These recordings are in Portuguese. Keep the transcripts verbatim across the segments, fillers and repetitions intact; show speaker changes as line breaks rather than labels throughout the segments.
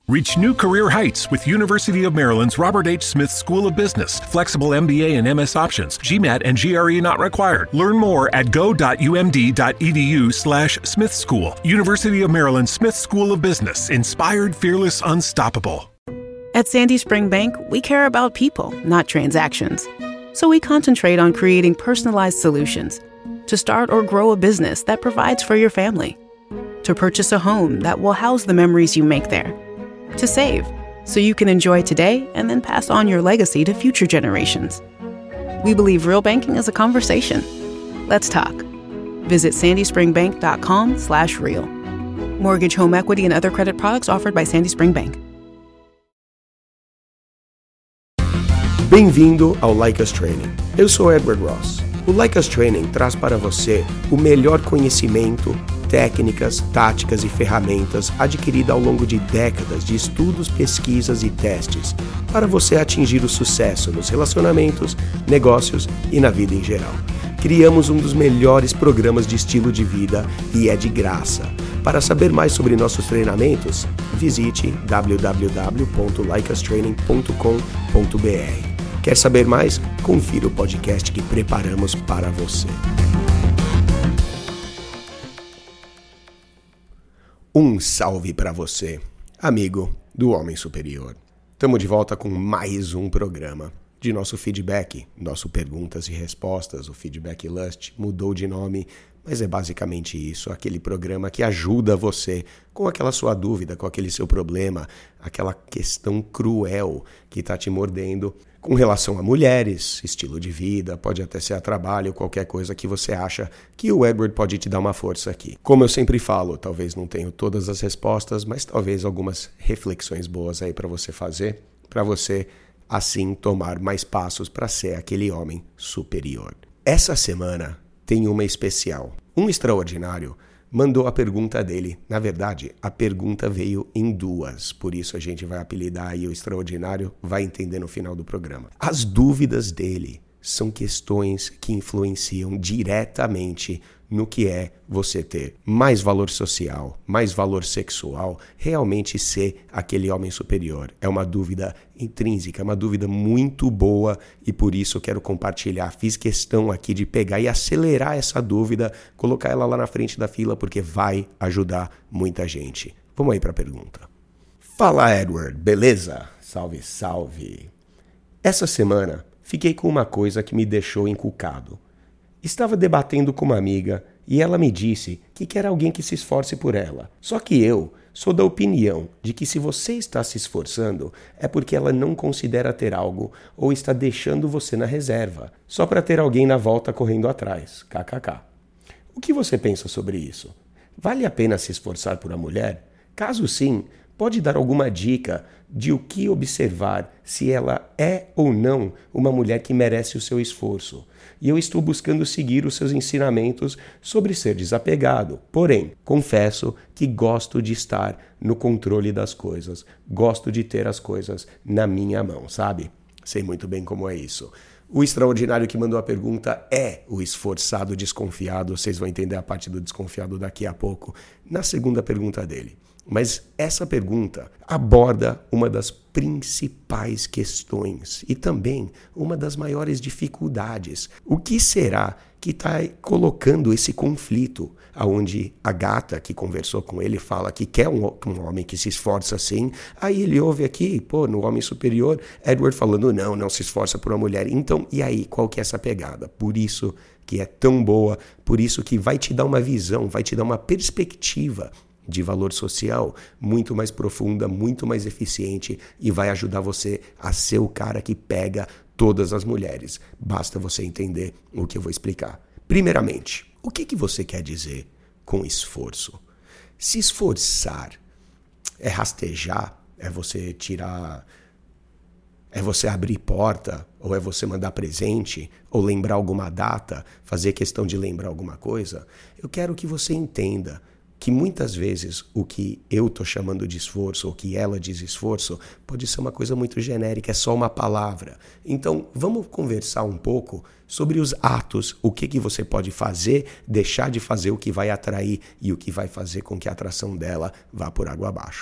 Reach new career heights with University of Maryland's Robert H. Smith School of Business. Flexible M B A and M S options. GMAT and G R E not required. Learn more at go.umd.edu slash Smith School. University of Maryland Smith School of Business. Inspired, fearless, unstoppable.
At Sandy Spring Bank, we care about people, not transactions. So we concentrate on creating personalized solutions to start or grow a business that provides for your family, to purchase a home that will house the memories you make there, to save so you can enjoy today and then pass on your legacy to future generations. We believe real banking is a conversation. Let's talk. Visit sandyspringbank.com slash real. Mortgage, home equity, and other credit products offered by Sandy Spring Bank.
Bem-vindo ao Like Us Training. Eu sou Edward Ross. O Like Us Training traz para você o melhor conhecimento, técnicas, táticas e ferramentas adquirida ao longo de décadas de estudos, pesquisas e testes para você atingir o sucesso nos relacionamentos, negócios e na vida em geral. Criamos um dos melhores programas de estilo de vida e é de graça. Para saber mais sobre nossos treinamentos, visite w w w ponto like us training ponto com ponto b r. Quer saber mais? Confira o podcast que preparamos para você. Um salve para você, amigo do Homem Superior. Estamos de volta com mais um programa de nosso feedback, nosso perguntas e respostas. O Feedback Lust mudou de nome, mas é basicamente isso, aquele programa que ajuda você com aquela sua dúvida, com aquele seu problema, aquela questão cruel que está te mordendo com relação a mulheres, estilo de vida, pode até ser a trabalho, qualquer coisa que você acha que o Edward pode te dar uma força aqui. Como eu sempre falo, talvez não tenha todas as respostas, mas talvez algumas reflexões boas aí para você fazer, para você assim tomar mais passos para ser aquele homem superior. Essa semana tem uma especial. Um extraordinário mandou a pergunta dele. Na verdade, a pergunta veio em duas. Por isso a gente vai apelidar aí o extraordinário, vai entender no final do programa. As dúvidas dele são questões que influenciam diretamente no que é você ter mais valor social, mais valor sexual, realmente ser aquele homem superior. É uma dúvida intrínseca, é uma dúvida muito boa e por isso eu quero compartilhar. Fiz questão aqui de pegar e acelerar essa dúvida, colocar ela lá na frente da fila porque vai ajudar muita gente. Vamos aí para a pergunta. Fala, Edward, beleza? Salve, salve. Essa semana fiquei com uma coisa que me deixou encucado. Estava debatendo com uma amiga e ela me disse que quer alguém que se esforce por ela. Só que eu sou da opinião de que se você está se esforçando é porque ela não considera ter algo ou está deixando você na reserva, só para ter alguém na volta correndo atrás. Kkk. O que você pensa sobre isso? Vale a pena se esforçar por uma mulher? Caso sim, pode dar alguma dica de o que observar se ela é ou não uma mulher que merece o seu esforço. E eu estou buscando seguir os seus ensinamentos sobre ser desapegado. Porém, confesso que gosto de estar no controle das coisas. Gosto de ter as coisas na minha mão, sabe? Sei muito bem como é isso. O extraordinário que mandou a pergunta é o esforçado desconfiado. Vocês vão entender a parte do desconfiado daqui a pouco, na segunda pergunta dele. Mas essa pergunta aborda uma das principais questões e também uma das maiores dificuldades. O que será que está colocando esse conflito, onde a gata que conversou com ele fala que quer um, um homem que se esforça sim, aí ele ouve aqui, pô, no homem superior, Edward falando não, não se esforça por uma mulher. Então, e aí, qual que é essa pegada? Por isso que é tão boa, por isso que vai te dar uma visão, vai te dar uma perspectiva de valor social muito mais profunda, muito mais eficiente e vai ajudar você a ser o cara que pega todas as mulheres. Basta você entender o que eu vou explicar. Primeiramente, o que, que você quer dizer com esforço? Se esforçar é rastejar, é você tirar... É você abrir porta, ou é você mandar presente, ou lembrar alguma data, fazer questão de lembrar alguma coisa? Eu quero que você entenda que muitas vezes o que eu estou chamando de esforço, ou que ela diz esforço, pode ser uma coisa muito genérica, é só uma palavra. Então, vamos conversar um pouco sobre os atos, o que, que você pode fazer, deixar de fazer o que vai atrair e o que vai fazer com que a atração dela vá por água abaixo.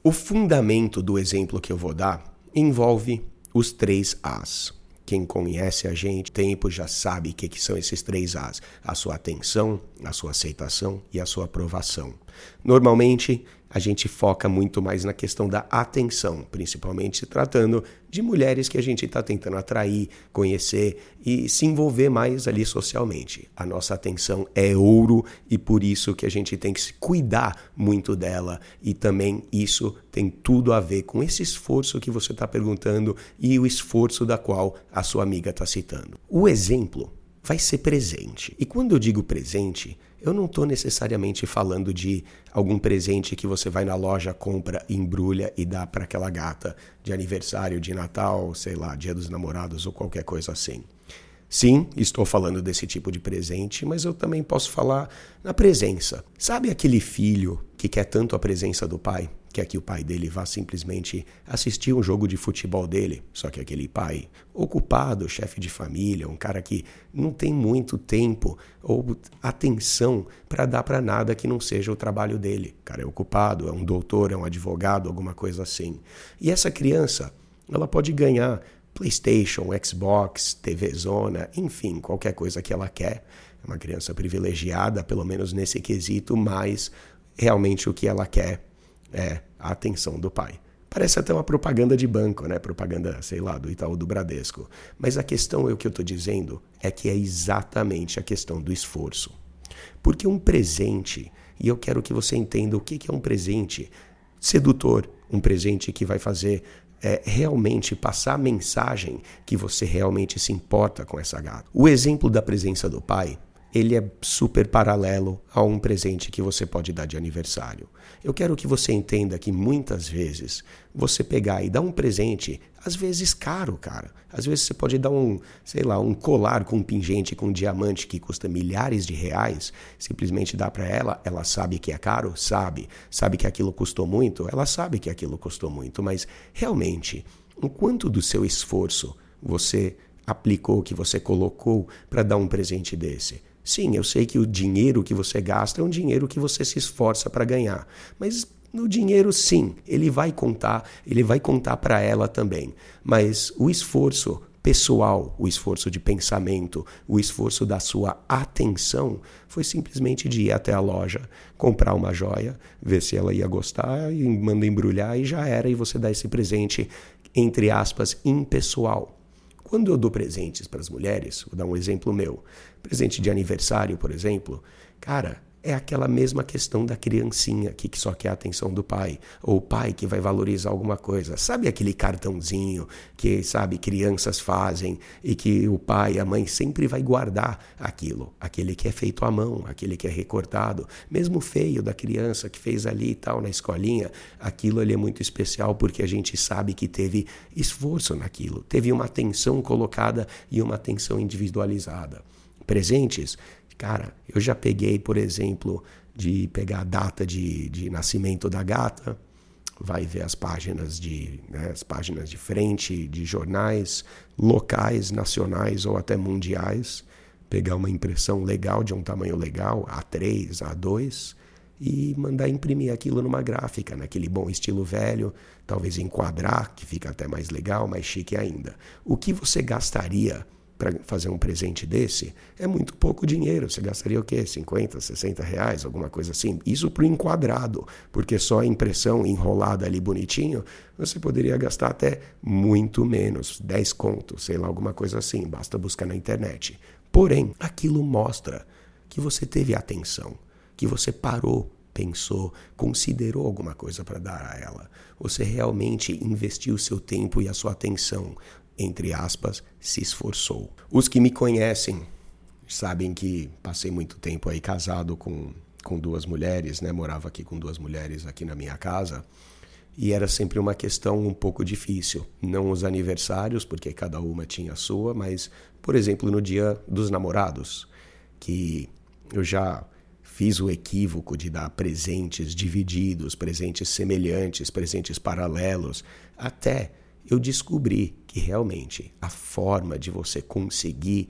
O fundamento do exemplo que eu vou dar envolve os três As. Quem conhece a gente há tempo já sabe o que, que são esses três As. A sua atenção, a sua aceitação e a sua aprovação. Normalmente, a gente foca muito mais na questão da atenção, principalmente se tratando de mulheres que a gente está tentando atrair, conhecer e se envolver mais ali socialmente. A nossa atenção é ouro e por isso que a gente tem que se cuidar muito dela e também isso tem tudo a ver com esse esforço que você está perguntando e o esforço da qual a sua amiga está citando. O exemplo vai ser presente. E quando eu digo presente, eu não estou necessariamente falando de algum presente que você vai na loja, compra, embrulha e dá para aquela gata de aniversário, de Natal, sei lá, Dia dos Namorados ou qualquer coisa assim. Sim, estou falando desse tipo de presente, mas eu também posso falar na presença. Sabe aquele filho que quer tanto a presença do pai? Quer que o pai dele vá simplesmente assistir um jogo de futebol dele, só que aquele pai ocupado, chefe de família, um cara que não tem muito tempo ou atenção para dar para nada que não seja o trabalho dele. O cara é ocupado, é um doutor, é um advogado, alguma coisa assim. E essa criança, ela pode ganhar PlayStation, Xbox, T V Zona, enfim, qualquer coisa que ela quer. É uma criança privilegiada, pelo menos nesse quesito, mas realmente o que ela quer é a atenção do pai. Parece até uma propaganda de banco, né? Propaganda, sei lá, do Itaú, do Bradesco. Mas a questão, é o que eu estou dizendo, é que é exatamente a questão do esforço. Porque um presente, e eu quero que você entenda o que é um presente sedutor, um presente que vai fazer é, realmente passar a mensagem que você realmente se importa com essa gata. O exemplo da presença do pai, ele é super paralelo a um presente que você pode dar de aniversário. Eu quero que você entenda que muitas vezes você pegar e dar um presente, às vezes caro, cara. Às vezes você pode dar um, sei lá, um colar com um pingente, com um diamante que custa milhares de reais, simplesmente dá para ela, ela sabe que é caro? Sabe. Sabe que aquilo custou muito? Ela sabe que aquilo custou muito, mas realmente, o quanto do seu esforço você aplicou, que você colocou para dar um presente desse? Sim, eu sei que o dinheiro que você gasta é um dinheiro que você se esforça para ganhar, mas no dinheiro sim, ele vai contar, ele vai contar para ela também, mas o esforço pessoal, o esforço de pensamento, o esforço da sua atenção foi simplesmente de ir até a loja, comprar uma joia, ver se ela ia gostar e manda embrulhar e já era, e você dá esse presente, entre aspas, impessoal. Quando eu dou presentes para as mulheres, vou dar um exemplo meu, presente de aniversário, por exemplo, cara, é aquela mesma questão da criancinha que só quer a atenção do pai, ou o pai que vai valorizar alguma coisa. Sabe aquele cartãozinho que, sabe, crianças fazem e que o pai e a mãe sempre vai guardar aquilo, aquele que é feito à mão, aquele que é recortado, mesmo feio da criança que fez ali e tal na escolinha, aquilo ali é muito especial porque a gente sabe que teve esforço naquilo, teve uma atenção colocada e uma atenção individualizada. Presentes, cara, eu já peguei, por exemplo, de pegar a data de, de nascimento da gata, vai ver as páginas de, né, as páginas de frente de jornais locais, nacionais ou até mundiais, pegar uma impressão legal, de um tamanho legal, A três, A dois, e mandar imprimir aquilo numa gráfica, naquele bom estilo velho, talvez enquadrar, que fica até mais legal, mais chique ainda. O que você gastaria para fazer um presente desse é muito pouco dinheiro. Você gastaria o quê? cinquenta, sessenta reais, alguma coisa assim. Isso para o enquadrado, porque só a impressão enrolada ali bonitinho, você poderia gastar até muito menos, dez contos, sei lá, alguma coisa assim. Basta buscar na internet. Porém, aquilo mostra que você teve atenção, que você parou, pensou, considerou alguma coisa para dar a ela. Você realmente investiu o seu tempo e a sua atenção, entre aspas, se esforçou. Os que me conhecem sabem que passei muito tempo aí casado com, com duas mulheres, né? Morava aqui com duas mulheres aqui na minha casa e era sempre uma questão um pouco difícil. Não os aniversários, porque cada uma tinha a sua, mas, por exemplo, no dia dos namorados, que eu já fiz o equívoco de dar presentes divididos, presentes semelhantes, presentes paralelos, até eu descobri que realmente a forma de você conseguir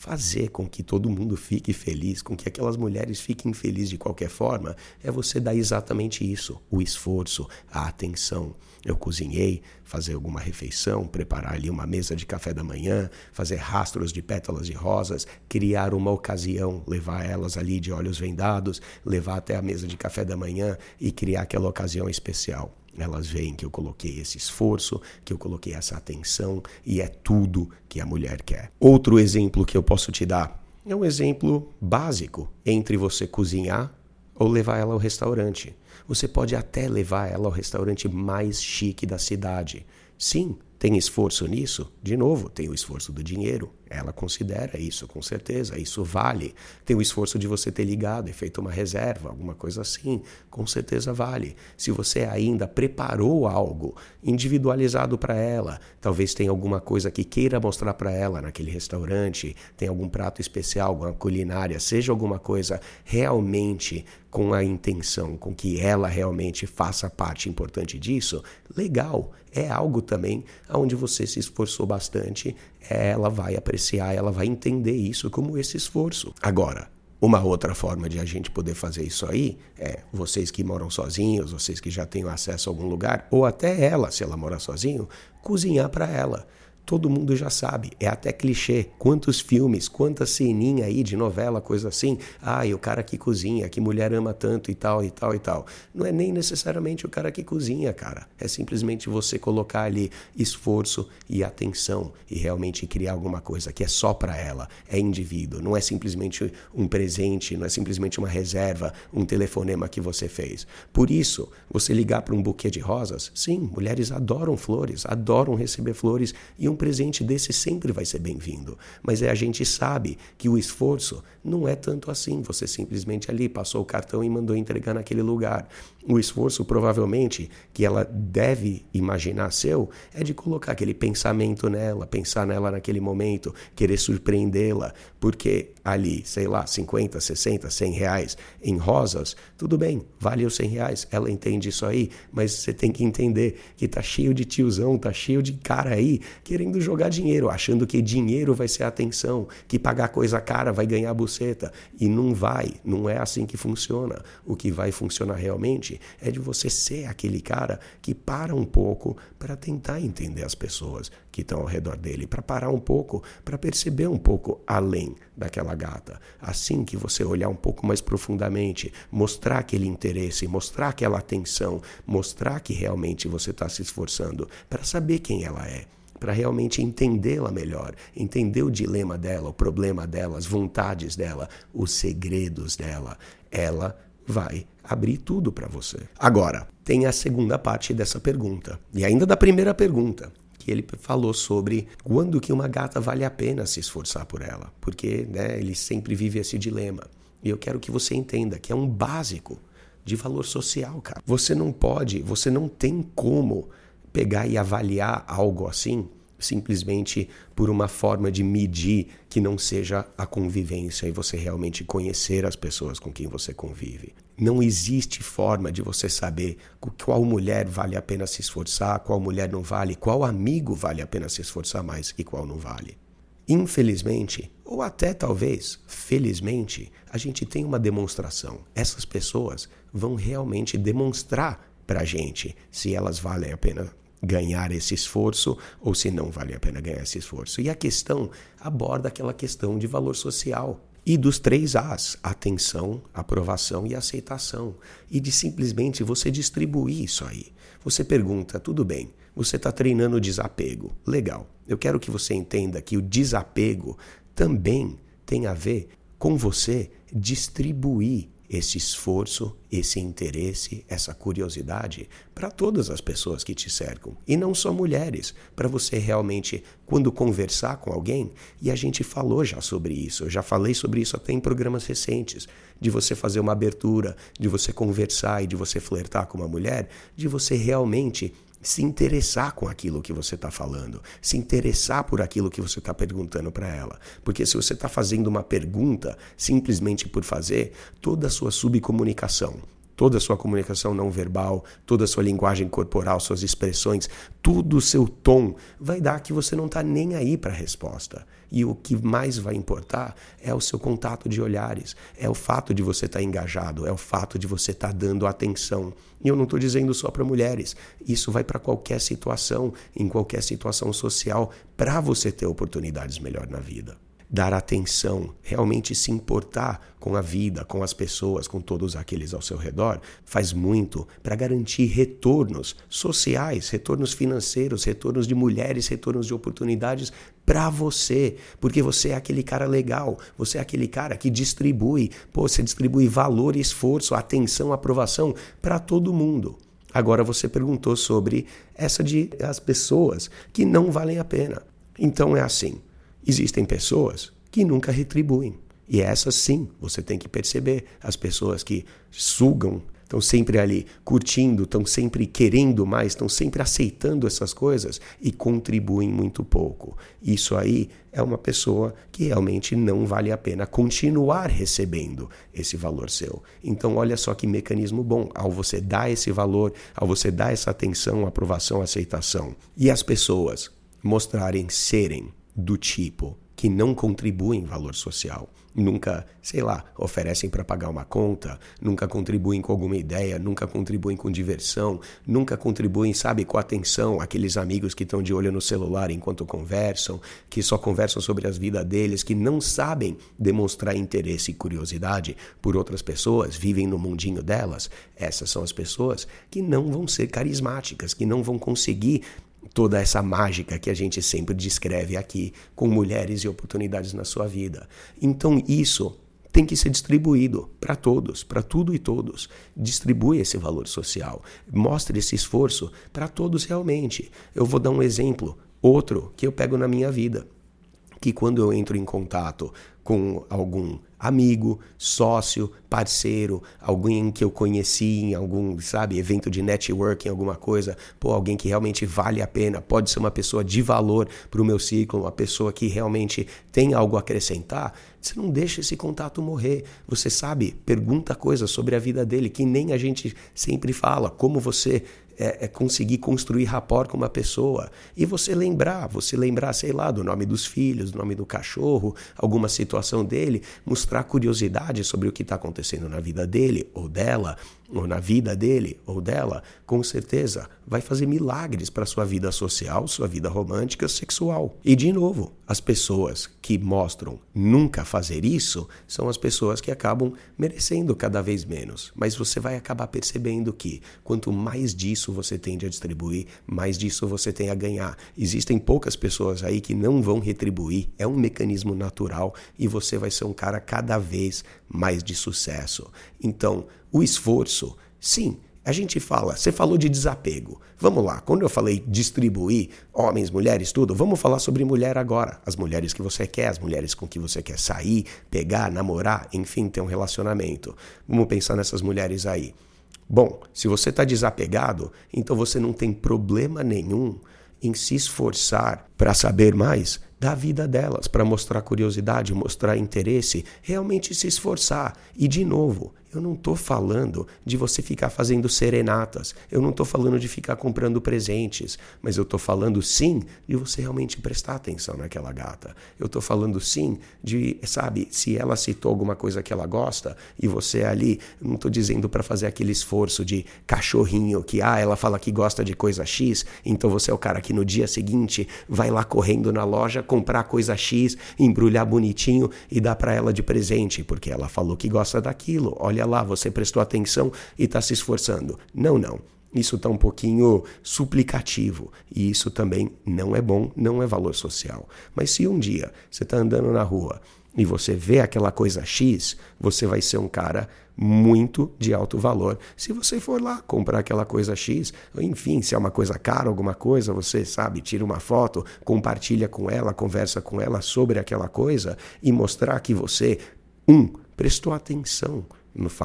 fazer com que todo mundo fique feliz, com que aquelas mulheres fiquem felizes de qualquer forma, é você dar exatamente isso, o esforço, a atenção. Eu cozinhei, fazer alguma refeição, preparar ali uma mesa de café da manhã, fazer rastros de pétalas de rosas, criar uma ocasião, levar elas ali de olhos vendados, levar até a mesa de café da manhã e criar aquela ocasião especial. Elas veem que eu coloquei esse esforço, que eu coloquei essa atenção e é tudo que a mulher quer. Outro exemplo que eu posso te dar é um exemplo básico entre você cozinhar ou levar ela ao restaurante. Você pode até levar ela ao restaurante mais chique da cidade. Sim, tem esforço nisso? De novo, tem o esforço do dinheiro. Ela considera isso, com certeza. Isso vale. Tem o esforço de você ter ligado e feito uma reserva, alguma coisa assim. Com certeza vale. Se você ainda preparou algo individualizado para ela, talvez tenha alguma coisa que queira mostrar para ela naquele restaurante, tem algum prato especial, alguma culinária, seja alguma coisa realmente com a intenção, com que ela realmente faça parte importante disso, legal. É algo também onde você se esforçou bastante, ela vai apreciar, ela vai entender isso como esse esforço. Agora, uma outra forma de a gente poder fazer isso aí é vocês que moram sozinhos, vocês que já têm acesso a algum lugar, ou até ela, se ela morar sozinho, cozinhar para ela. Todo mundo já sabe, é até clichê. Quantos filmes, quanta ceninha aí de novela, coisa assim. Ah, e o cara que cozinha, que mulher ama tanto e tal, e tal, e tal. Não é nem necessariamente o cara que cozinha, cara. É simplesmente você colocar ali esforço e atenção e realmente criar alguma coisa que é só para ela. É indivíduo, não é simplesmente um presente, não é simplesmente uma reserva, um telefonema que você fez. Por isso, você ligar para um buquê de rosas, sim, mulheres adoram flores, adoram receber flores e um presente desse sempre vai ser bem-vindo. Mas é, a gente sabe que o esforço não é tanto assim. Você simplesmente ali passou o cartão e mandou entregar naquele lugar. O esforço, provavelmente, que ela deve imaginar seu, é de colocar aquele pensamento nela, pensar nela naquele momento, querer surpreendê-la, porque ali, sei lá, cinquenta, sessenta, cem reais em rosas, tudo bem, vale os cem reais, ela entende isso aí, mas você tem que entender que tá cheio de tiozão, tá cheio de cara aí, querendo jogar dinheiro, achando que dinheiro vai ser atenção, que pagar coisa cara vai ganhar buceta, e não vai, não é assim que funciona. O que vai funcionar realmente é de você ser aquele cara que para um pouco para tentar entender as pessoas que estão ao redor dele, para parar um pouco, para perceber um pouco além daquela gata. Assim que você olhar um pouco mais profundamente, mostrar aquele interesse, mostrar aquela atenção, mostrar que realmente você está se esforçando para saber quem ela é, para realmente entendê-la melhor, entender o dilema dela, o problema dela, as vontades dela, os segredos dela. Ela vai abrir tudo para você. Agora, tem a segunda parte dessa pergunta, e ainda da primeira pergunta, que ele falou sobre quando que uma gata vale a pena se esforçar por ela, porque né, ele sempre vive esse dilema. E eu quero que você entenda que é um básico de valor social, cara. Você não pode, você não tem como pegar e avaliar algo assim simplesmente por uma forma de medir que não seja a convivência e você realmente conhecer as pessoas com quem você convive. Não existe forma de você saber qual mulher vale a pena se esforçar, qual mulher não vale, qual amigo vale a pena se esforçar mais e qual não vale. Infelizmente, ou até talvez felizmente, a gente tem uma demonstração. Essas pessoas vão realmente demonstrar pra gente se elas valem a pena ganhar esse esforço ou se não vale a pena ganhar esse esforço. E a questão aborda aquela questão de valor social. E dos três As, atenção, aprovação e aceitação. E de simplesmente você distribuir isso aí. Você pergunta, tudo bem, você está treinando o desapego. Legal, eu quero que você entenda que o desapego também tem a ver com você distribuir esse esforço, esse interesse, essa curiosidade para todas as pessoas que te cercam. E não só mulheres, para você realmente, quando conversar com alguém, e a gente falou já sobre isso, eu já falei sobre isso até em programas recentes, de você fazer uma abertura, de você conversar e de você flertar com uma mulher, de você realmente se interessar com aquilo que você está falando, se interessar por aquilo que você está perguntando para ela. Porque se você está fazendo uma pergunta simplesmente por fazer, toda a sua subcomunicação, toda a sua comunicação não verbal, toda a sua linguagem corporal, suas expressões, tudo o seu tom vai dar que você não está nem aí para a resposta. E o que mais vai importar é o seu contato de olhares, é o fato de você estar engajado, é o fato de você estar dando atenção. E eu não estou dizendo só para mulheres, isso vai para qualquer situação, em qualquer situação social, para você ter oportunidades melhores na vida. Dar atenção, realmente se importar com a vida, com as pessoas, com todos aqueles ao seu redor, faz muito para garantir retornos sociais, retornos financeiros, retornos de mulheres, retornos de oportunidades para você, porque você é aquele cara legal, você é aquele cara que distribui, pô, você distribui valor, esforço, atenção, aprovação para todo mundo. Agora você perguntou sobre essa de as pessoas que não valem a pena. Então é assim. Existem pessoas que nunca retribuem. E essas sim, você tem que perceber. As pessoas que sugam, estão sempre ali curtindo, estão sempre querendo mais, estão sempre aceitando essas coisas e contribuem muito pouco. Isso aí é uma pessoa que realmente não vale a pena continuar recebendo esse valor seu. Então olha só que mecanismo bom. Ao você dar esse valor, ao você dar essa atenção, aprovação, aceitação, e as pessoas mostrarem serem do tipo que não contribuem em valor social, nunca, sei lá, oferecem para pagar uma conta, nunca contribuem com alguma ideia, nunca contribuem com diversão, nunca contribuem, sabe, com atenção, aqueles amigos que estão de olho no celular enquanto conversam, que só conversam sobre as vidas deles, que não sabem demonstrar interesse e curiosidade por outras pessoas, vivem no mundinho delas. Essas são as pessoas que não vão ser carismáticas, que não vão conseguir toda essa mágica que a gente sempre descreve aqui com mulheres e oportunidades na sua vida. Então isso tem que ser distribuído para todos, para tudo e todos. Distribui esse valor social, mostre esse esforço para todos realmente. Eu vou dar um exemplo, outro que eu pego na minha vida, que quando eu entro em contato com algum amigo, sócio, parceiro, alguém que eu conheci em algum, sabe, evento de networking, alguma coisa, pô, alguém que realmente vale a pena, pode ser uma pessoa de valor para o meu ciclo, uma pessoa que realmente tem algo a acrescentar, você não deixa esse contato morrer. Você sabe, pergunta coisas sobre a vida dele que nem a gente sempre fala, como você É, é conseguir construir rapport com uma pessoa e você lembrar, você lembrar, sei lá, do nome dos filhos, do nome do cachorro, alguma situação dele, mostrar curiosidade sobre o que está acontecendo na vida dele ou dela, ou na vida dele ou dela, com certeza vai fazer milagres para sua vida social, sua vida romântica, sexual. E de novo, as pessoas que mostram nunca fazer isso são as pessoas que acabam merecendo cada vez menos. Mas você vai acabar percebendo que quanto mais disso você tende a distribuir, mais disso você tem a ganhar. Existem poucas pessoas aí que não vão retribuir, é um mecanismo natural e você vai ser um cara cada vez mais de sucesso. Então, o esforço, sim, a gente fala, você falou de desapego. Vamos lá, quando eu falei distribuir, homens, mulheres, tudo, vamos falar sobre mulher agora. As mulheres que você quer, as mulheres com que você quer sair, pegar, namorar, enfim, ter um relacionamento. Vamos pensar nessas mulheres aí. Bom, se você está desapegado, então você não tem problema nenhum em se esforçar para saber mais da vida delas, para mostrar curiosidade, mostrar interesse, realmente se esforçar. E, de novo, eu não estou falando de você ficar fazendo serenatas, eu não estou falando de ficar comprando presentes, mas eu estou falando, sim, de você realmente prestar atenção naquela gata. Eu estou falando, sim, de, sabe, se ela citou alguma coisa que ela gosta e você ali, eu não estou dizendo para fazer aquele esforço de cachorrinho que, ah, ela fala que gosta de coisa X, então você é o cara que no dia seguinte vai lá correndo na loja, comprar coisa X, embrulhar bonitinho e dar para ela de presente, porque ela falou que gosta daquilo. Olha lá, você prestou atenção e está se esforçando. Não, não. Isso está um pouquinho suplicativo e isso também não é bom, não é valor social. Mas se um dia você está andando na rua e você vê aquela coisa X, você vai ser um cara muito de alto valor. Se você for lá comprar aquela coisa X, enfim, se é uma coisa cara, alguma coisa, você sabe, tira uma foto, compartilha com ela, conversa com ela sobre aquela coisa e mostrar que você, um, prestou atenção no fato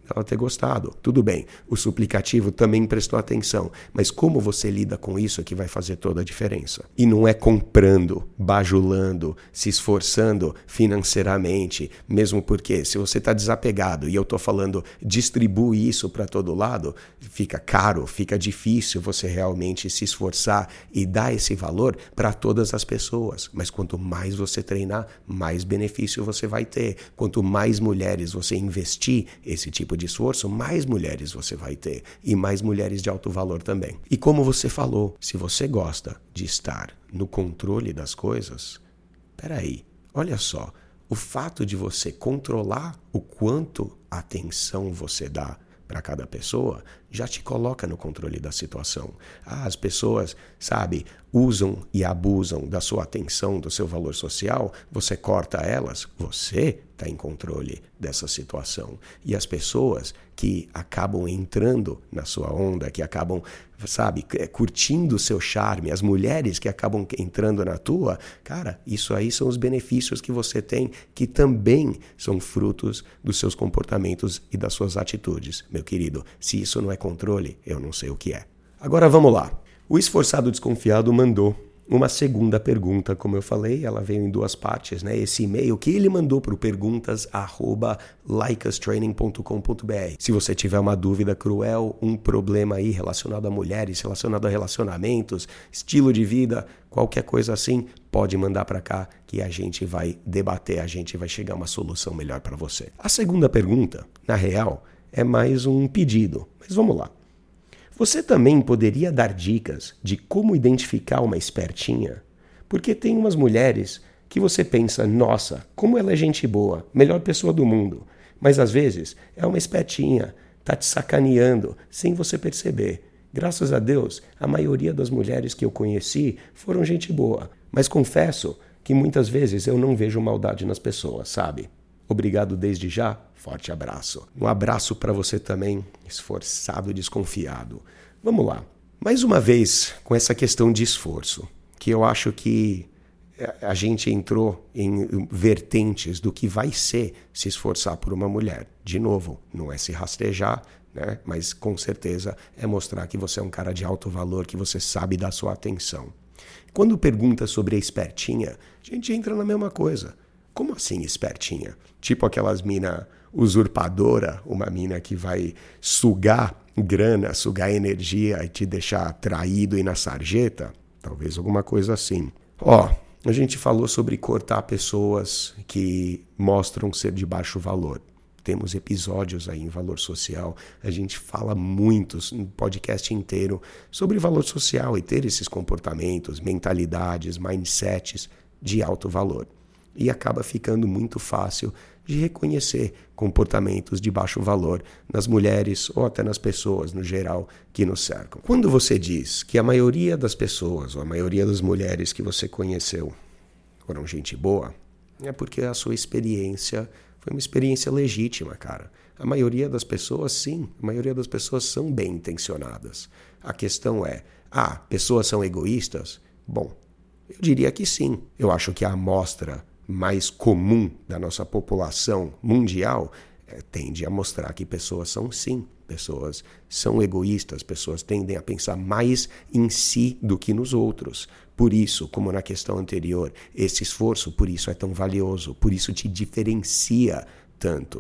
ela ter gostado. Tudo bem, o suplicativo também prestou atenção, mas como você lida com isso é que vai fazer toda a diferença. E não é comprando, bajulando, se esforçando financeiramente, mesmo porque se você está desapegado e eu estou falando distribui isso para todo lado, fica caro, fica difícil você realmente se esforçar e dar esse valor para todas as pessoas. Mas quanto mais você treinar, mais benefício você vai ter. Quanto mais mulheres você investir esse tipo de esforço, mais mulheres você vai ter. E mais mulheres de alto valor também. E como você falou, se você gosta de estar no controle das coisas, peraí, olha só, o fato de você controlar o quanto atenção você dá para cada pessoa, já te coloca no controle da situação. Ah, as pessoas, sabe, usam e abusam da sua atenção, do seu valor social, você corta elas, você está em controle dessa situação. E as pessoas que acabam entrando na sua onda, que acabam, sabe, curtindo o seu charme, as mulheres que acabam entrando na tua, cara, isso aí são os benefícios que você tem, que também são frutos dos seus comportamentos e das suas atitudes. Meu querido, se isso não é controle, eu não sei o que é. Agora vamos lá. O esforçado desconfiado mandou uma segunda pergunta, como eu falei, ela veio em duas partes, né? Esse e-mail que ele mandou para o perguntas arroba like us training ponto com ponto b r. Se você tiver uma dúvida cruel, um problema aí relacionado a mulheres, relacionado a relacionamentos, estilo de vida, qualquer coisa assim, pode mandar para cá que a gente vai debater, a gente vai chegar a uma solução melhor para você. A segunda pergunta, na real, é mais um pedido, mas vamos lá. Você também poderia dar dicas de como identificar uma espertinha? Porque tem umas mulheres que você pensa, nossa, como ela é gente boa, melhor pessoa do mundo. Mas às vezes é uma espertinha, tá te sacaneando sem você perceber. Graças a Deus, a maioria das mulheres que eu conheci foram gente boa. Mas confesso que muitas vezes eu não vejo maldade nas pessoas, sabe? Obrigado desde já, forte abraço. Um abraço para você também, esforçado e desconfiado. Vamos lá. Mais uma vez, com essa questão de esforço, que eu acho que a gente entrou em vertentes do que vai ser se esforçar por uma mulher. De novo, não é se rastejar, né? Mas com certeza é mostrar que você é um cara de alto valor, que você sabe dar sua atenção. Quando pergunta sobre a espertinha, a gente entra na mesma coisa. Como assim espertinha? Tipo aquelas mina usurpadora, uma mina que vai sugar grana, sugar energia e te deixar traído e na sarjeta? Talvez alguma coisa assim. Ó, a gente falou sobre cortar pessoas que mostram ser de baixo valor. Temos episódios aí em valor social, a gente fala muito no podcast inteiro sobre valor social e ter esses comportamentos, mentalidades, mindsets de alto valor. E acaba ficando muito fácil de reconhecer comportamentos de baixo valor nas mulheres ou até nas pessoas, no geral, que nos cercam. Quando você diz que a maioria das pessoas ou a maioria das mulheres que você conheceu foram gente boa, é porque a sua experiência foi uma experiência legítima, cara. A maioria das pessoas, sim, a maioria das pessoas são bem intencionadas. A questão é, ah, pessoas são egoístas? Bom, eu diria que sim. Eu acho que a amostra mais comum da nossa população mundial é, tende a mostrar que pessoas são sim, pessoas são egoístas, pessoas tendem a pensar mais em si do que nos outros. Por isso, como na questão anterior, esse esforço, por isso é tão valioso, por isso te diferencia tanto.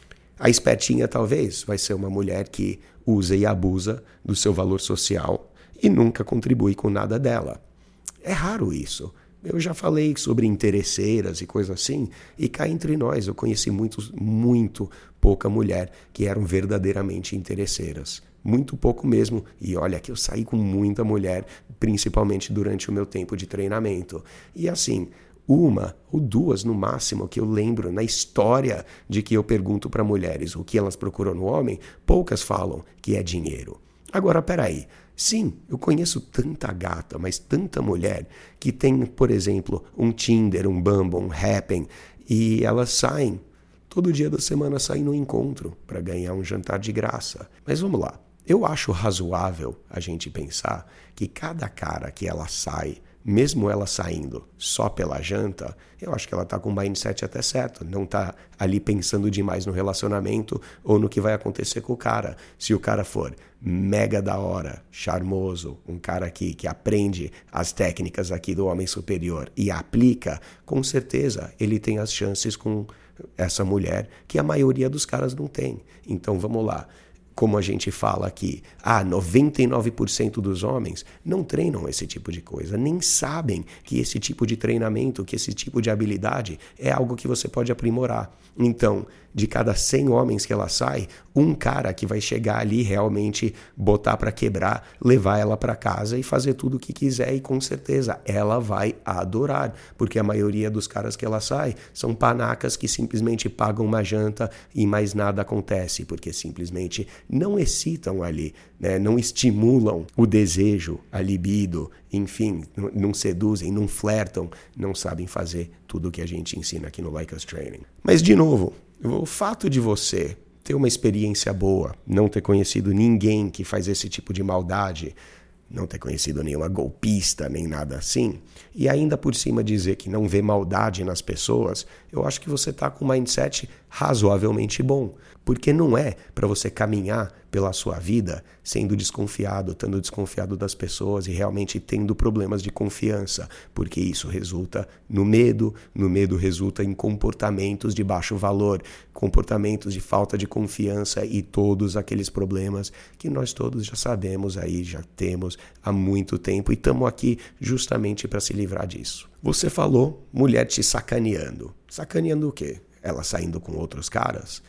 A espertinha talvez vai ser uma mulher que usa e abusa do seu valor social e nunca contribui com nada dela. É raro isso. Eu já falei sobre interesseiras e coisa assim, e cá entre nós eu conheci muitos, muito pouca mulher que eram verdadeiramente interesseiras. Muito pouco mesmo, e olha que eu saí com muita mulher, principalmente durante o meu tempo de treinamento. E assim, uma ou duas no máximo que eu lembro na história de que eu pergunto para mulheres o que elas procuram no homem, poucas falam que é dinheiro. Agora, peraí. Sim, eu conheço tanta gata, mas tanta mulher que tem, por exemplo, um Tinder, um Bumble, um Happn, e elas saem, todo dia da semana saem no encontro para ganhar um jantar de graça. Mas vamos lá, eu acho razoável a gente pensar que cada cara que ela sai mesmo ela saindo só pela janta, eu acho que ela está com o mindset até certo. Não está ali pensando demais no relacionamento ou no que vai acontecer com o cara. Se o cara for mega da hora, charmoso, um cara aqui que aprende as técnicas aqui do homem superior e aplica, com certeza ele tem as chances com essa mulher que a maioria dos caras não tem. Então vamos lá. Como a gente fala aqui, ah, noventa e nove por cento dos homens não treinam esse tipo de coisa, nem sabem que esse tipo de treinamento, que esse tipo de habilidade é algo que você pode aprimorar. Então, de cada cem homens que ela sai, um cara que vai chegar ali realmente botar para quebrar, levar ela para casa e fazer tudo o que quiser, e com certeza ela vai adorar, porque a maioria dos caras que ela sai são panacas que simplesmente pagam uma janta e mais nada acontece, porque simplesmente não excitam ali, né? Não estimulam o desejo, a libido, enfim, não seduzem, não flertam, não sabem fazer tudo o que a gente ensina aqui no Like Us Training. Mas, de novo, o fato de você ter uma experiência boa, não ter conhecido ninguém que faz esse tipo de maldade, não ter conhecido nenhuma golpista, nem nada assim, e ainda por cima dizer que não vê maldade nas pessoas, eu acho que você está com um mindset razoavelmente bom. Porque não é para você caminhar pela sua vida sendo desconfiado, estando desconfiado das pessoas e realmente tendo problemas de confiança, porque isso resulta no medo, no medo resulta em comportamentos de baixo valor, comportamentos de falta de confiança e todos aqueles problemas que nós todos já sabemos aí, já temos há muito tempo e estamos aqui justamente para se livrar disso. Você falou mulher te sacaneando. Sacaneando o quê? Ela saindo com outros caras?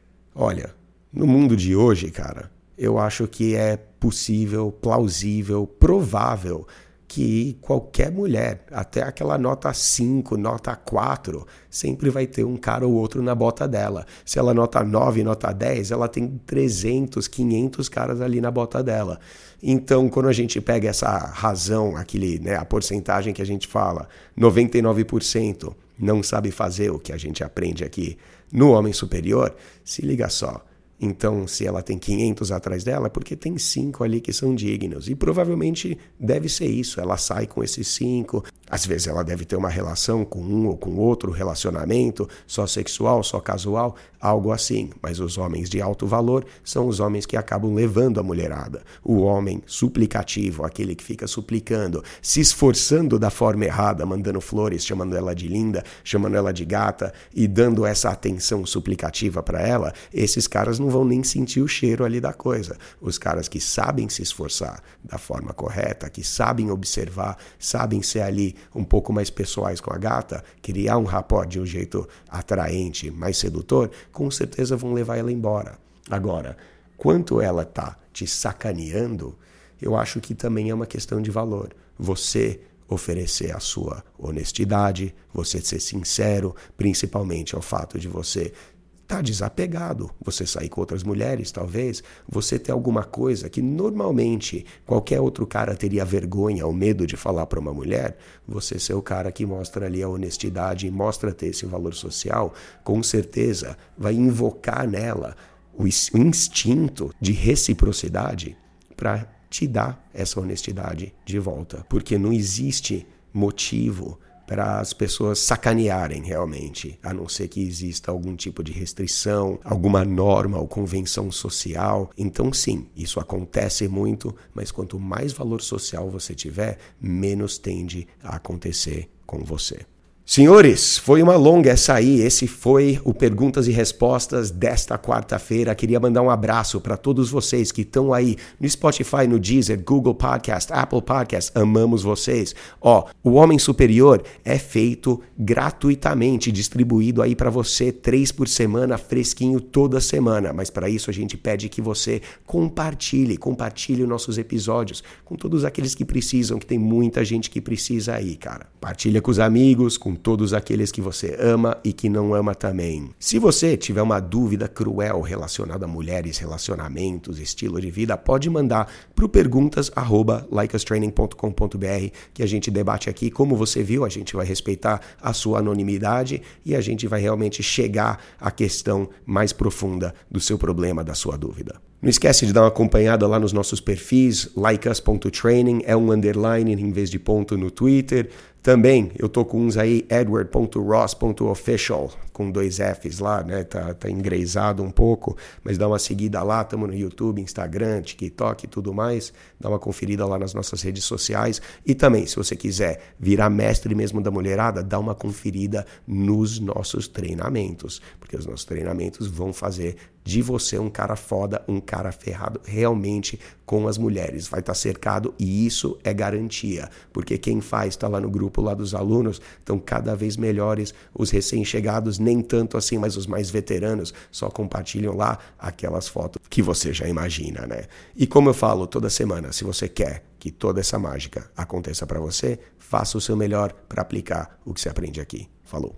Olha, no mundo de hoje, cara, eu acho que é possível, plausível, provável que qualquer mulher, até aquela nota cinco, nota quatro, sempre vai ter um cara ou outro na bota dela. Se ela nota nove, nota dez, ela tem trezentos, quinhentos caras ali na bota dela. Então, quando a gente pega essa razão, aquele, né, a porcentagem que a gente fala, noventa e nove por cento não sabe fazer o que a gente aprende aqui no homem superior, se liga só. Então, se ela tem quinhentos atrás dela, é porque tem cinco ali que são dignos. E provavelmente deve ser isso. Ela sai com esses cinco. Às vezes ela deve ter uma relação com um ou com outro relacionamento, só sexual, só casual, algo assim. Mas os homens de alto valor são os homens que acabam levando a mulherada. O homem suplicativo, aquele que fica suplicando, se esforçando da forma errada, mandando flores, chamando ela de linda, chamando ela de gata e dando essa atenção suplicativa para ela, esses caras não vão nem sentir o cheiro ali da coisa. Os caras que sabem se esforçar da forma correta, que sabem observar, sabem ser ali um pouco mais pessoais com a gata, criar um rapport de um jeito atraente, mais sedutor, com certeza vão levar ela embora. Agora, quanto ela tá te sacaneando, eu acho que também é uma questão de valor. Você oferecer a sua honestidade, você ser sincero, principalmente ao fato de você tá desapegado, você sair com outras mulheres, talvez, você ter alguma coisa que normalmente qualquer outro cara teria vergonha ou medo de falar para uma mulher, você ser o cara que mostra ali a honestidade e mostra ter esse valor social, com certeza vai invocar nela o instinto de reciprocidade para te dar essa honestidade de volta, porque não existe motivo para as pessoas sacanearem realmente, a não ser que exista algum tipo de restrição, alguma norma ou convenção social. Então sim, isso acontece muito, mas quanto mais valor social você tiver, menos tende a acontecer com você. Senhores, foi uma longa essa aí, esse foi o Perguntas e Respostas desta quarta-feira. Queria mandar um abraço para todos vocês que estão aí no Spotify, no Deezer, Google Podcast, Apple Podcast, amamos vocês. Ó, o Homem Superior é feito gratuitamente, distribuído aí para você, três por semana, fresquinho toda semana, mas para isso a gente pede que você compartilhe, compartilhe os nossos episódios com todos aqueles que precisam, que tem muita gente que precisa aí, cara. Partilha com os amigos, com todos aqueles que você ama e que não ama também. Se você tiver uma dúvida cruel relacionada a mulheres, relacionamentos, estilo de vida, pode mandar para o perguntas arroba like us training ponto com ponto b r que a gente debate aqui. Como você viu, a gente vai respeitar a sua anonimidade e a gente vai realmente chegar à questão mais profunda do seu problema, da sua dúvida. Não esquece de dar uma acompanhada lá nos nossos perfis, likeus ponto training, é um underline em vez de ponto no Twitter. Também, eu tô com uns aí, edward ponto ross ponto official, com dois Fs lá, né? Tá, tá engrezado um pouco, mas dá uma seguida lá, tamo no YouTube, Instagram, TikTok e tudo mais. Dá uma conferida lá nas nossas redes sociais. E também, se você quiser virar mestre mesmo da mulherada, dá uma conferida nos nossos treinamentos, porque os nossos treinamentos vão fazer de você um cara foda, um cara ferrado realmente com as mulheres. Vai estar cercado e isso é garantia, porque quem faz está lá no grupo lá dos alunos, estão cada vez melhores, os recém-chegados nem tanto assim, mas os mais veteranos só compartilham lá aquelas fotos que você já imagina, né? E como eu falo toda semana, se você quer que toda essa mágica aconteça para você, faça o seu melhor para aplicar o que você aprende aqui. Falou!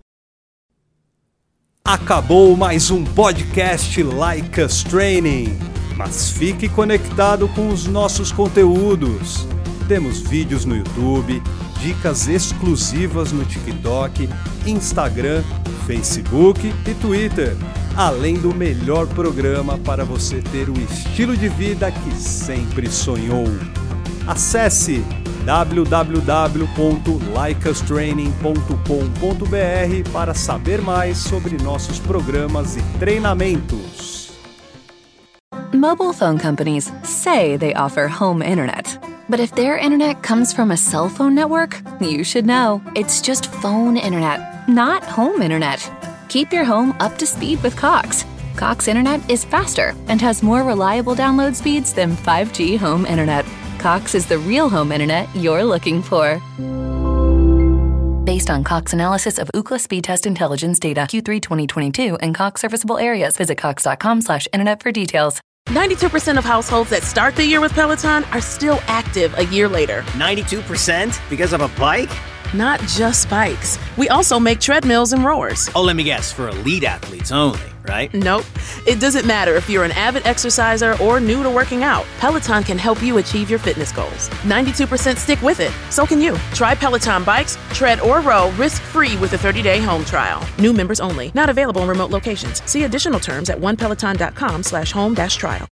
Acabou mais um podcast Like Us Training, mas fique conectado com os nossos conteúdos. Temos vídeos no YouTube, dicas exclusivas no TikTok, Instagram, Facebook e Twitter, além do melhor programa para você ter o estilo de vida que sempre sonhou. Acesse w w w ponto like us training ponto com ponto b r para saber mais sobre nossos programas e treinamentos.
Mobile phone companies say they offer home internet. But if their internet comes from a cell phone network, you should know. It's just phone internet, not home internet. Keep your home up to speed with Cox. Cox Internet is faster and has more reliable download speeds than five G home internet. Cox is the real home internet you're looking for. Based on Cox analysis of Ookla speed test intelligence data Q three twenty twenty-two and Cox serviceable areas. Visit cox.com slash internet for details.
ninety-two percent of households that start the year with Peloton are still active a year later.
ninety-two percent? Because of a bike?
Not just bikes. We also make treadmills and rowers.
Oh, let me guess, for elite athletes only, right?
Nope. It doesn't matter if you're an avid exerciser or new to working out. Peloton can help you achieve your fitness goals. ninety-two percent stick with it. So can you. Try Peloton bikes, tread, or row risk-free with a thirty-day home trial. New members only. Not available in remote locations. See additional terms at onepeloton.com slash home dash trial.